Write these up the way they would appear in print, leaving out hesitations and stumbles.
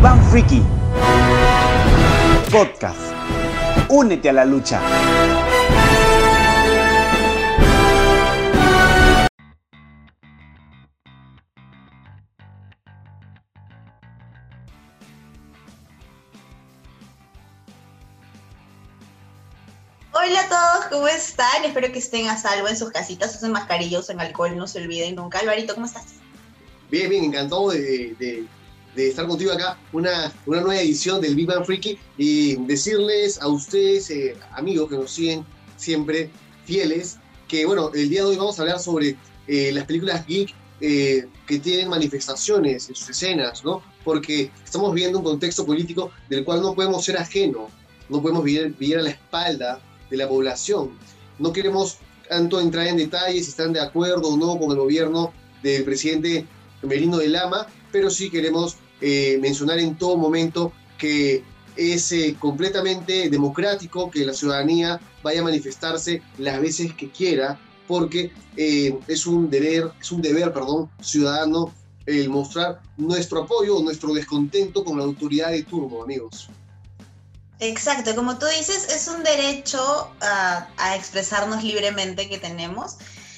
Bang Freaky Podcast. Únete a la lucha. Hola a todos, ¿cómo están? Espero que estén a salvo en sus casitas, usen mascarilla, usen alcohol, no se olviden nunca. Alvarito, ¿cómo estás? Bien, encantado de estar contigo acá, una nueva edición del Big Bang Freaky, y decirles a ustedes, amigos que nos siguen siempre, fieles, que bueno, el día de hoy vamos a hablar sobre las películas geek que tienen manifestaciones en sus escenas, ¿no? Porque estamos viviendo un contexto político del cual no podemos ser ajenos, no podemos vivir a la espalda de la población. No queremos tanto entrar en detalles si están de acuerdo o no con el gobierno del presidente Merino de Lama, pero sí queremos mencionar en todo momento que es completamente democrático que la ciudadanía vaya a manifestarse las veces que quiera, porque es un deber ciudadano el mostrar nuestro apoyo o nuestro descontento con la autoridad de turno, amigos. Exacto, como tú dices, es un derecho a expresarnos libremente que tenemos,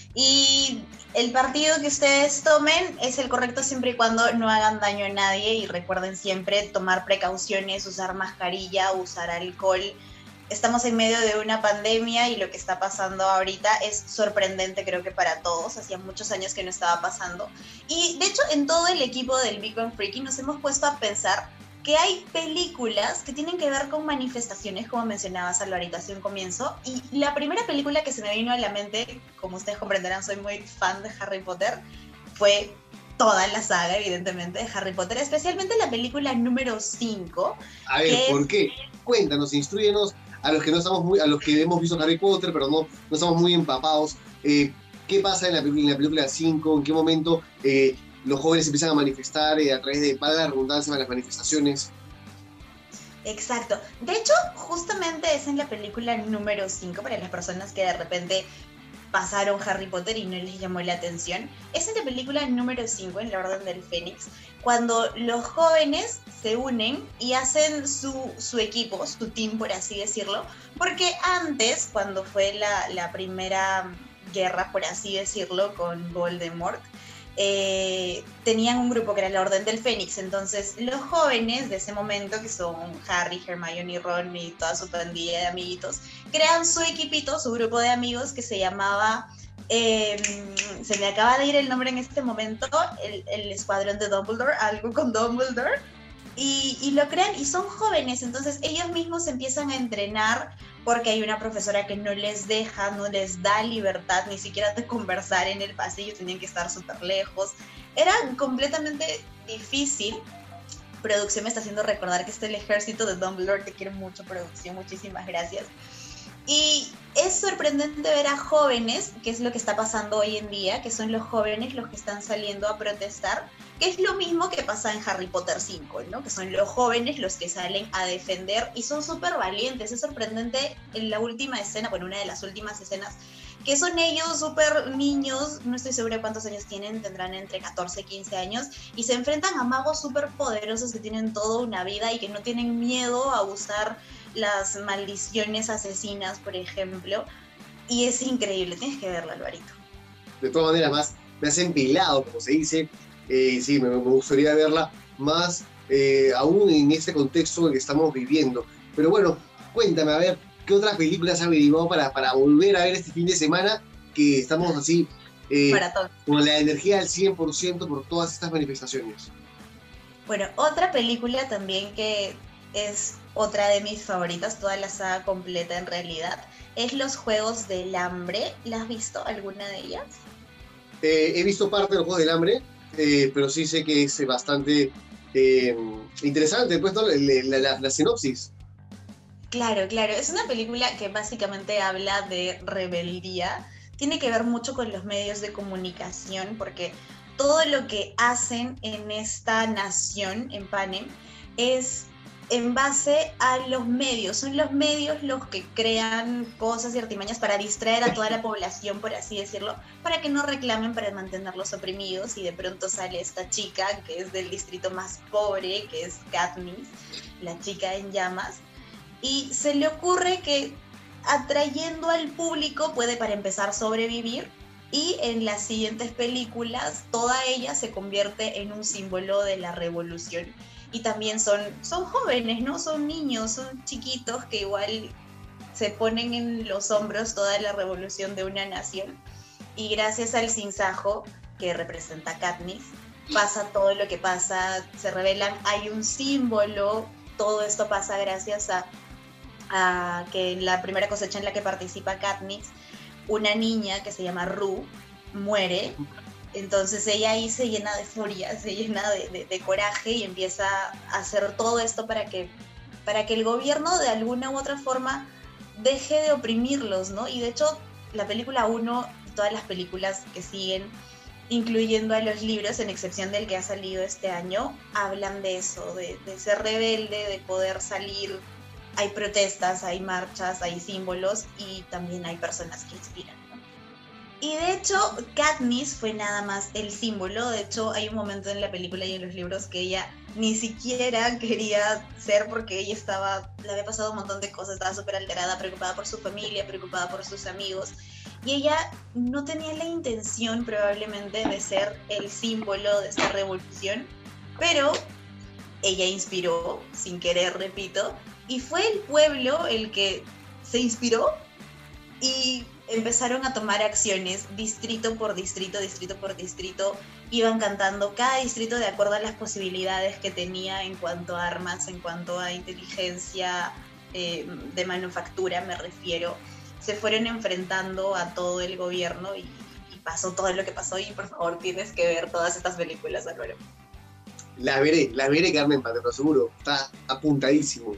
y el partido que ustedes tomen es el correcto siempre y cuando no hagan daño a nadie, y recuerden siempre tomar precauciones, usar mascarilla, usar alcohol. Estamos en medio de una pandemia y lo que está pasando ahorita es sorprendente, creo que para todos. Hacía muchos años que no estaba pasando. Y de hecho, en todo el equipo del Big Bang Freaky nos hemos puesto a pensar que hay películas que tienen que ver con manifestaciones, como mencionabas, Alvarito, hace un comienzo. Y la primera película que se me vino a la mente, como ustedes comprenderán, soy muy fan de Harry Potter, fue toda la saga, evidentemente, de Harry Potter, especialmente la película número 5. A ver, ¿por qué? Cuéntanos, instrúyenos a los que no estamos a los que hemos visto Harry Potter, pero no estamos muy empapados. ¿Qué pasa en la película 5? ¿En qué momento los jóvenes empiezan a manifestar a través de, valga la redundancia, las manifestaciones? Exacto. De hecho, justamente es en la película número 5, para las personas que de repente pasaron Harry Potter y no les llamó la atención. Es en la película número 5, en la Orden del Fénix, cuando los jóvenes se unen y hacen su equipo, su team, por así decirlo, porque antes, cuando fue la primera guerra, por así decirlo, con Voldemort, tenían un grupo que era la Orden del Fénix. Entonces los jóvenes de ese momento, que son Harry, Hermione y Ron y toda su pandilla de amiguitos, crean su equipito, su grupo de amigos, que se llamaba, se me acaba de ir el nombre en este momento, el Escuadrón de Dumbledore, algo con Dumbledore, y lo crean, y son jóvenes. Entonces ellos mismos empiezan a entrenar, porque hay una profesora que no les deja, no les da libertad ni siquiera de conversar en el pasillo, tenían que estar súper lejos. Era completamente difícil. Producción me está haciendo recordar que el ejército de Dumbledore, te quiero mucho, producción, muchísimas gracias. Y es sorprendente ver a jóvenes, que es lo que está pasando hoy en día, que son los jóvenes los que están saliendo a protestar, que es lo mismo que pasa en Harry Potter 5, ¿no? Que son los jóvenes los que salen a defender y son súper valientes. Es sorprendente en la última escena, bueno, una de las últimas escenas, que son ellos súper niños, no estoy segura de cuántos años tienen, tendrán entre 14 y 15 años, y se enfrentan a magos súper poderosos que tienen toda una vida y que no tienen miedo a usar las maldiciones asesinas, por ejemplo, y es increíble. Tienes que verlo, Alvarito. De todas maneras, me has empilado, como se dice. Sí, me gustaría verla más aún en este contexto en el que estamos viviendo. Pero bueno, cuéntame, a ver, ¿qué otras películas has averiguado para volver a ver este fin de semana? Que estamos así, con la energía al 100% por todas estas manifestaciones. Bueno, otra película también que es otra de mis favoritas, toda la saga completa en realidad, es Los Juegos del Hambre. ¿La has visto, alguna de ellas? He visto parte de Los Juegos del Hambre, pero sí sé que es bastante interesante, pues, ¿no? La sinopsis. Claro, es una película que básicamente habla de rebeldía. Tiene que ver mucho con los medios de comunicación, porque todo lo que hacen en esta nación, en Panem, es en base a los medios. Son los medios los que crean cosas y artimañas para distraer a toda la población, por así decirlo, para que no reclamen, para mantenerlos oprimidos, y de pronto sale esta chica que es del distrito más pobre, que es Katniss, la chica en llamas, y se le ocurre que atrayendo al público puede, para empezar, sobrevivir, y en las siguientes películas toda ella se convierte en un símbolo de la revolución. Y también son jóvenes, ¿no? Son niños, son chiquitos que igual se ponen en los hombros toda la revolución de una nación. Y gracias al sinsajo que representa Katniss, pasa todo lo que pasa, se revelan, hay un símbolo. Todo esto pasa gracias a que en la primera cosecha en la que participa Katniss, una niña que se llama Rue muere. Entonces ella ahí se llena de furia, se llena de coraje y empieza a hacer todo esto para que el gobierno de alguna u otra forma deje de oprimirlos, ¿no? Y de hecho la película 1 y todas las películas que siguen, incluyendo a los libros, en excepción del que ha salido este año, hablan de eso, de ser rebelde, de poder salir. Hay protestas, hay marchas, hay símbolos y también hay personas que inspiran. Y de hecho, Katniss fue nada más el símbolo. De hecho, hay un momento en la película y en los libros que ella ni siquiera quería ser, porque ella le había pasado un montón de cosas, estaba súper alterada, preocupada por su familia, preocupada por sus amigos. Y ella no tenía la intención probablemente de ser el símbolo de esta revolución, pero ella inspiró, sin querer, repito, y fue el pueblo el que se inspiró y empezaron a tomar acciones, distrito por distrito, distrito por distrito, iban cantando cada distrito de acuerdo a las posibilidades que tenía en cuanto a armas, en cuanto a inteligencia, de manufactura me refiero. Se fueron enfrentando a todo el gobierno y pasó todo lo que pasó, y por favor tienes que ver todas estas películas, Álvaro. La veré, Carmen, te lo aseguro, está apuntadísimo.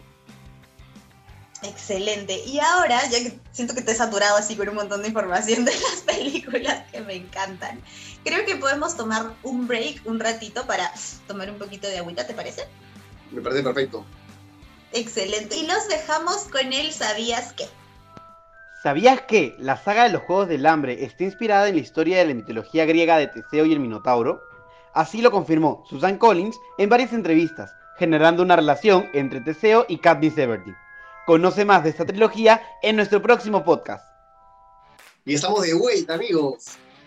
Excelente. Y ahora, ya que siento que te he saturado así con un montón de información de las películas que me encantan, creo que podemos tomar un break, un ratito, para tomar un poquito de agüita, ¿te parece? Me parece perfecto. Excelente. Y los dejamos con el ¿Sabías qué? ¿Sabías que la saga de los Juegos del Hambre está inspirada en la historia de la mitología griega de Teseo y el Minotauro? Así lo confirmó Suzanne Collins en varias entrevistas, generando una relación entre Teseo y Katniss Everdeen. Conoce más de esta trilogía en nuestro próximo podcast. Y estamos de vuelta, amigos.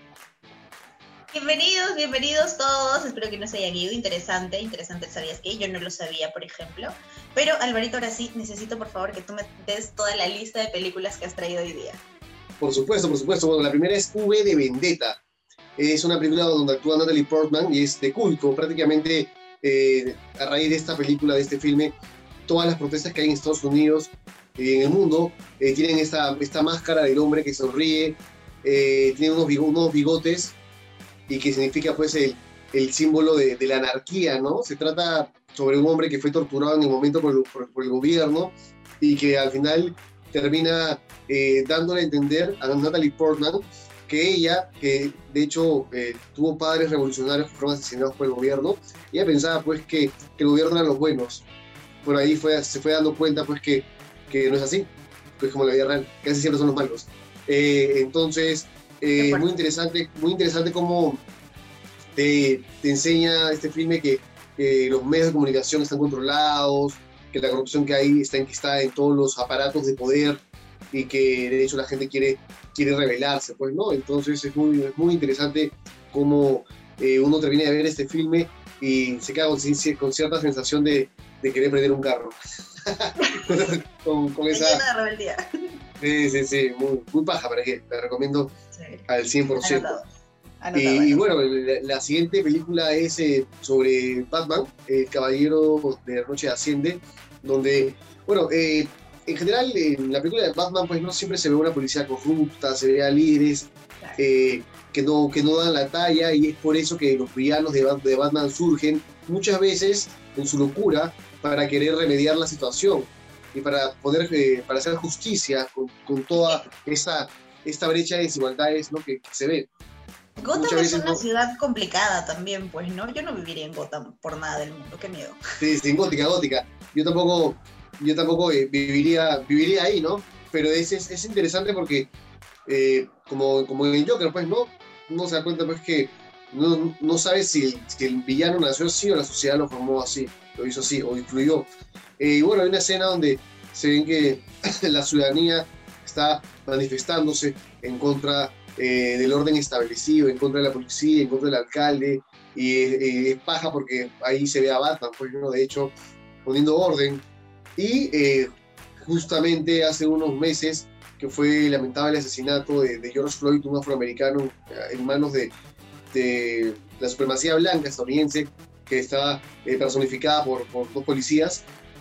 Bienvenidos todos. Espero que no se hayan ido. Interesante el ¿Sabías qué? Yo no lo sabía, por ejemplo. Pero, Alvarito, ahora sí, necesito por favor que tú me des toda la lista de películas que has traído hoy día. Por supuesto. Bueno, la primera es V de Vendetta. Es una película donde actúa Natalie Portman y es de culto. Prácticamente, a raíz de esta película, de este filme, todas las protestas que hay en Estados Unidos y en el mundo tienen esta máscara del hombre que sonríe, tiene unos bigotes, y que significa pues el símbolo de la anarquía, ¿no? Se trata sobre un hombre que fue torturado en el momento por el gobierno y que al final termina dándole a entender a Natalie Portman que ella, que de hecho tuvo padres revolucionarios que fueron asesinados por el gobierno, ella pensaba pues que el gobierno eran los buenos. Por ahí se fue dando cuenta pues que no es así, pues como la vida real, que casi siempre son los malos. Entonces, muy interesante cómo te enseña este filme que los medios de comunicación están controlados, que la corrupción que hay está en todos los aparatos de poder, y que de hecho la gente quiere rebelarse, pues, ¿no? Entonces es muy interesante cómo uno termina de ver este filme y se queda con cierta sensación de querer prender un carro. con esa llena de rebeldía. Sí, muy paja, para que la recomiendo al 100%. Anotado. Y bueno, la siguiente película es sobre Batman, El Caballero de la Noche Asciende, donde, bueno, en general en la película de Batman pues no siempre se ve una policía corrupta, se ve a líderes que no dan la talla, y es por eso que los villanos de Batman surgen muchas veces en su locura para querer remediar la situación y para hacer justicia con toda esta brecha de desigualdades, ¿no? que se ve. Gotham muchas es veces una no. ciudad complicada también, pues, ¿no? Yo no viviría en Gotham por nada del mundo, qué miedo. Sí, sí, gótica. Yo tampoco viviría ahí, ¿no? Pero es interesante porque, como en el Joker, pues, no se da cuenta, pues, que no sabe si el villano nació así o la sociedad lo formó así, lo hizo así, o influyó. Y bueno, hay una escena donde se ven que la ciudadanía está manifestándose en contra del orden establecido, en contra de la policía, en contra del alcalde, y es paja porque ahí se ve a Batman, pues, ¿no? De hecho, poniendo orden. Y justamente hace unos meses que fue el lamentable asesinato de George Floyd, un afroamericano, en manos de la supremacía blanca estadounidense, que está personificada por dos policías.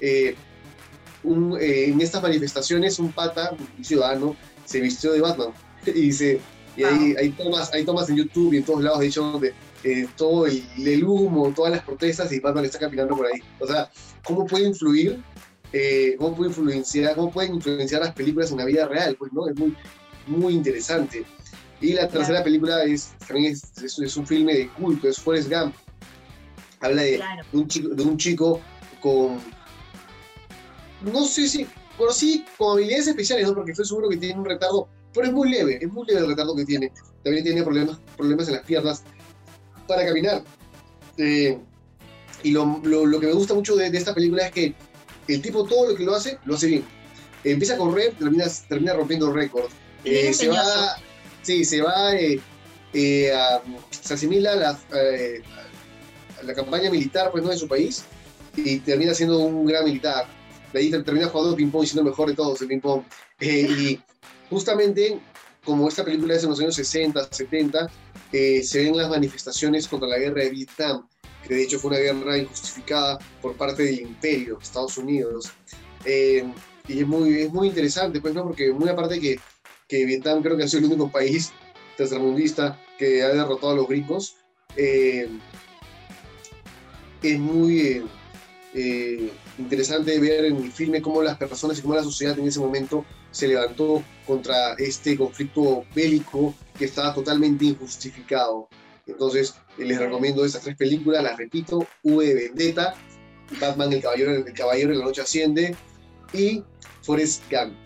En estas manifestaciones, un ciudadano, se vistió de Batman. Y hay tomas en YouTube y en todos lados, de hecho, donde todo el humo, todas las protestas y Batman está caminando por ahí. O sea, ¿cómo puede influir? ¿Cómo pueden influenciar las películas en la vida real? Pues, ¿no? Es muy, muy interesante. Y la tercera película también es un filme de culto, es Forrest Gump. Habla de un chico con, no sé si, pero sí, con habilidades especiales, ¿no? Porque estoy seguro que tiene un retardo, pero es muy leve el retardo que tiene. También tiene problemas en las piernas para caminar. Y lo que me gusta mucho de esta película es que el tipo todo lo que lo hace bien. Empieza a correr, termina rompiendo récords. Se asimila a la campaña militar, pues, ¿no? De su país, y termina siendo un gran militar. De ahí termina jugando ping-pong y siendo el mejor de todos en ping-pong. Y justamente, como esta película es en los años 60, 70, se ven las manifestaciones contra la guerra de Vietnam, que de hecho fue una guerra injustificada por parte del imperio, Estados Unidos. Y es muy interesante, pues, ¿no? Porque muy aparte que Vietnam creo que ha sido el único país tercermundista que ha derrotado a los gringos, es muy interesante ver en el filme cómo las personas y cómo la sociedad en ese momento se levantó contra este conflicto bélico que estaba totalmente injustificado. Entonces, les recomiendo estas 3 películas, las repito: V de Vendetta, Batman, el caballero de la noche asciende, y Forrest Gump.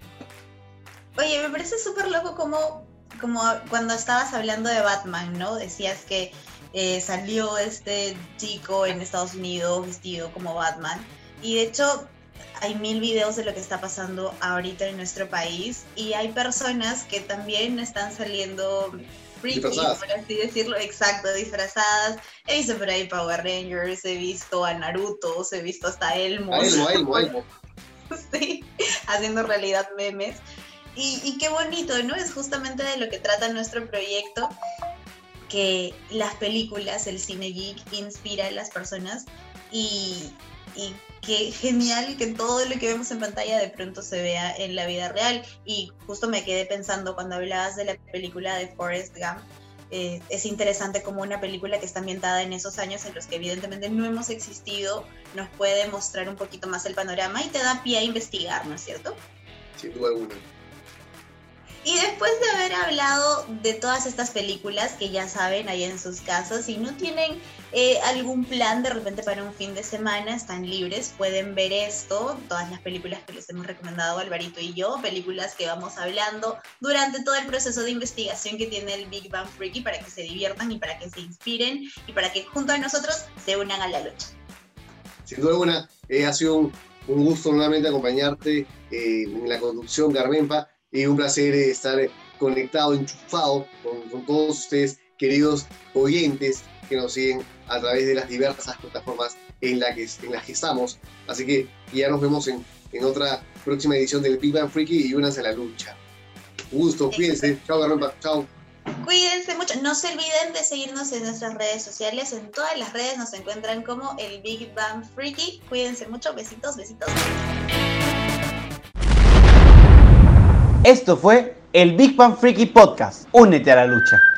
Oye, me parece súper loco como cuando estabas hablando de Batman, ¿no? Decías que salió este chico en Estados Unidos vestido como Batman, y de hecho hay 1000 videos de lo que está pasando ahorita en nuestro país, y hay personas que también están saliendo freaky, por así decirlo, exacto, disfrazadas. He visto por ahí Power Rangers, he visto a Naruto, he visto hasta Elmo. Elmo. Sí, haciendo realidad memes. Y qué bonito, ¿no? Es justamente de lo que trata nuestro proyecto, que las películas, el cine geek, inspira a las personas, y qué genial que todo lo que vemos en pantalla de pronto se vea en la vida real. Y justo me quedé pensando cuando hablabas de la película de Forrest Gump. Es interesante como una película que está ambientada en esos años en los que evidentemente no hemos existido nos puede mostrar un poquito más el panorama y te da pie a investigar, ¿no es cierto? Sin duda alguna. Y después de haber hablado de todas estas películas que ya saben ahí en sus casas, si no tienen algún plan de repente para un fin de semana, están libres, pueden ver esto, todas las películas que les hemos recomendado Alvarito y yo, películas que vamos hablando durante todo el proceso de investigación que tiene el Big Bang Freaky, para que se diviertan y para que se inspiren y para que junto a nosotros se unan a la lucha. Sin duda alguna, ha sido un gusto nuevamente acompañarte en la conducción, Carmenpa. Y un placer estar conectado, enchufado con todos ustedes, queridos oyentes que nos siguen a través de las diversas plataformas en las que estamos. Así que ya nos vemos en otra próxima edición del Big Bang Freaky y únanse a la lucha. Un gusto, cuídense. Chao, Carmenpa. Chao. Cuídense mucho. No se olviden de seguirnos en nuestras redes sociales. En todas las redes nos encuentran como el Big Bang Freaky. Cuídense mucho. Besitos, besitos. Esto fue el Big Bang Freaky Podcast. Únete a la lucha.